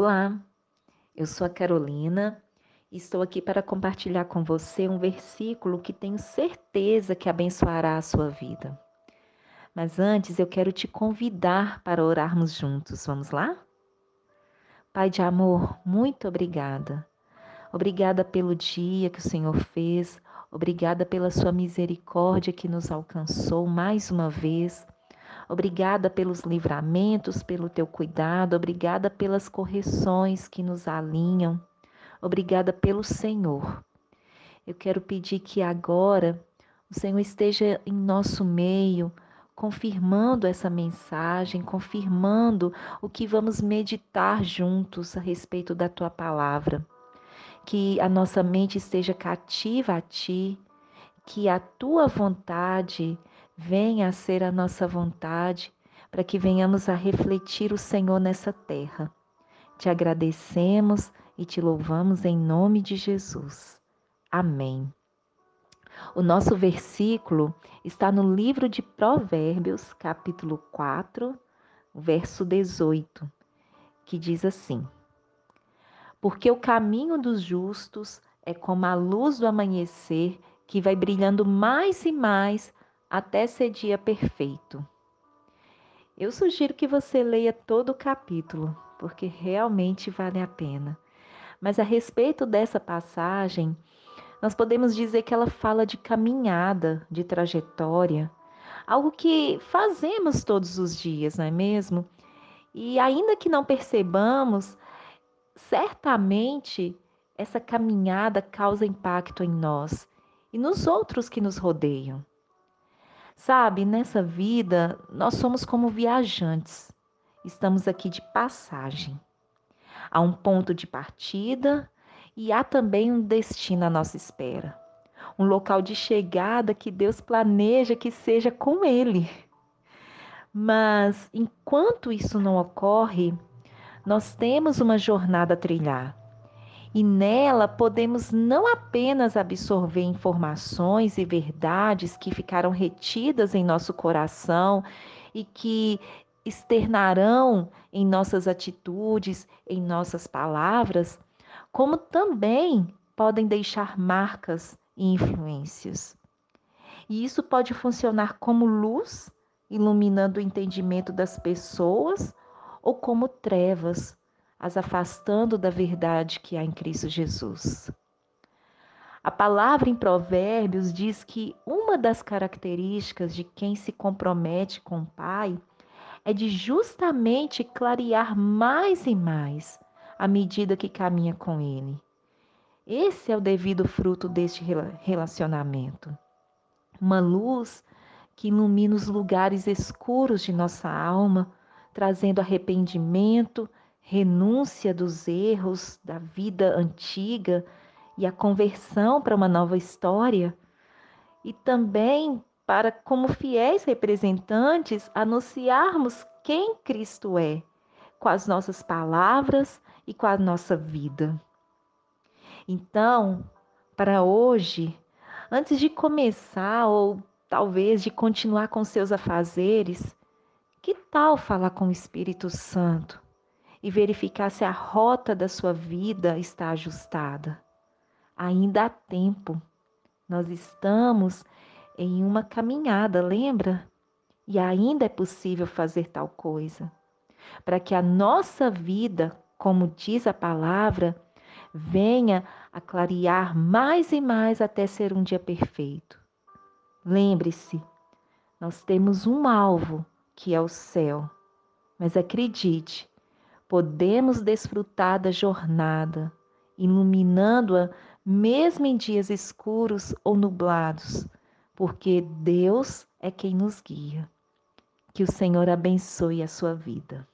Olá, eu sou a Carolina e estou aqui para compartilhar com você um versículo que tenho certeza que abençoará a sua vida. Mas antes eu quero te convidar para orarmos juntos. Vamos lá? Pai de amor, muito obrigada. Obrigada pelo dia que o Senhor fez. Obrigada pela sua misericórdia que nos alcançou mais uma vez. Obrigada pelos livramentos, pelo teu cuidado. Obrigada pelas correções que nos alinham. Obrigada pelo Senhor. Eu quero pedir que agora o Senhor esteja em nosso meio, confirmando essa mensagem, confirmando o que vamos meditar juntos a respeito da tua palavra. Que a nossa mente esteja cativa a ti, que a tua vontade venha a ser a nossa vontade, para que venhamos a refletir o Senhor nessa terra. Te agradecemos e te louvamos em nome de Jesus. Amém. O nosso versículo está no livro de Provérbios, capítulo 4, verso 18, que diz assim: Porque o caminho dos justos é como a luz do amanhecer, que vai brilhando mais e mais até ser dia perfeito. Eu sugiro que você leia todo o capítulo, porque realmente vale a pena. Mas a respeito dessa passagem, nós podemos dizer que ela fala de caminhada, de trajetória, algo que fazemos todos os dias, não é mesmo? E ainda que não percebamos, certamente essa caminhada causa impacto em nós e nos outros que nos rodeiam. Sabe, nessa vida, nós somos como viajantes, estamos aqui de passagem. Há um ponto de partida e há também um destino à nossa espera. Um local de chegada que Deus planeja que seja com Ele. Mas enquanto isso não ocorre, nós temos uma jornada a trilhar. E nela podemos não apenas absorver informações e verdades que ficaram retidas em nosso coração e que externarão em nossas atitudes, em nossas palavras, como também podem deixar marcas e influências. E isso pode funcionar como luz, iluminando o entendimento das pessoas, ou como trevas, as afastando da verdade que há em Cristo Jesus. A palavra em Provérbios diz que uma das características de quem se compromete com o Pai é de justamente clarear mais e mais à medida que caminha com Ele. Esse é o devido fruto deste relacionamento. Uma luz que ilumina os lugares escuros de nossa alma, trazendo arrependimento, renúncia dos erros da vida antiga e a conversão para uma nova história, e também para, como fiéis representantes, anunciarmos quem Cristo é, com as nossas palavras e com a nossa vida. Então, para hoje, antes de começar ou talvez de continuar com seus afazeres, que tal falar com o Espírito Santo e verificar se a rota da sua vida está ajustada? Ainda há tempo. Nós estamos em uma caminhada, lembra? E ainda é possível fazer tal coisa, para que a nossa vida, como diz a palavra, venha a clarear mais e mais até ser um dia perfeito. Lembre-se, nós temos um alvo, que é o céu. Mas acredite, podemos desfrutar da jornada, iluminando-a mesmo em dias escuros ou nublados, porque Deus é quem nos guia. Que o Senhor abençoe a sua vida.